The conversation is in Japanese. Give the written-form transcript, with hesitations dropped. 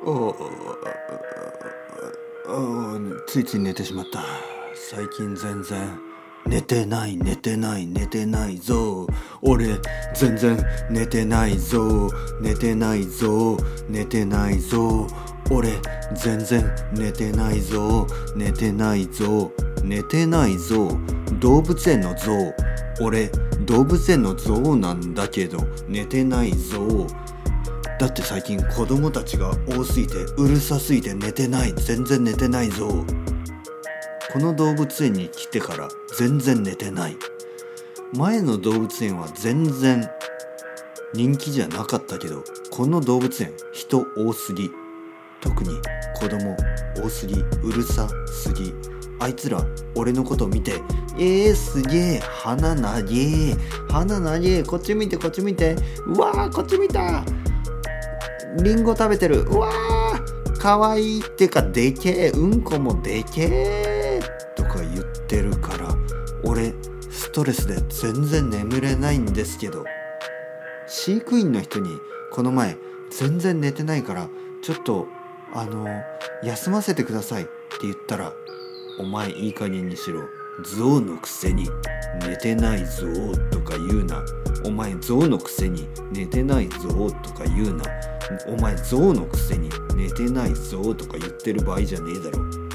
ついつい寝てしまった。最近全然寝てないぞ。俺全然寝てないぞ。俺全然寝てないぞ。動物園のゾウ。俺動物園のゾウなんだけど寝てないぞ。だって最近子供たちが多すぎてうるさすぎて全然寝てないぞ。この動物園に来てから全然寝てない。前の動物園は全然人気じゃなかったけど、この動物園人多すぎ。特に子供多すぎ、うるさすぎ。あいつら俺のこと見て、すげえ、鼻長え、こっち見て、うわーこっち見た、リンゴ食べてる、うわーかわいいってかでけえ、うんこもでけえとか言ってるから、俺ストレスで全然眠れないんですけど、飼育員の人にこの前全然寝てないからちょっと休ませてくださいって言ったら、お前いい加減にしろ、ゾウのくせに寝てないぞとか言うな。お前ゾウのくせに寝てないぞとか言うな。お前ゾウのくせに寝てないぞとか言ってる場合じゃねえだろ。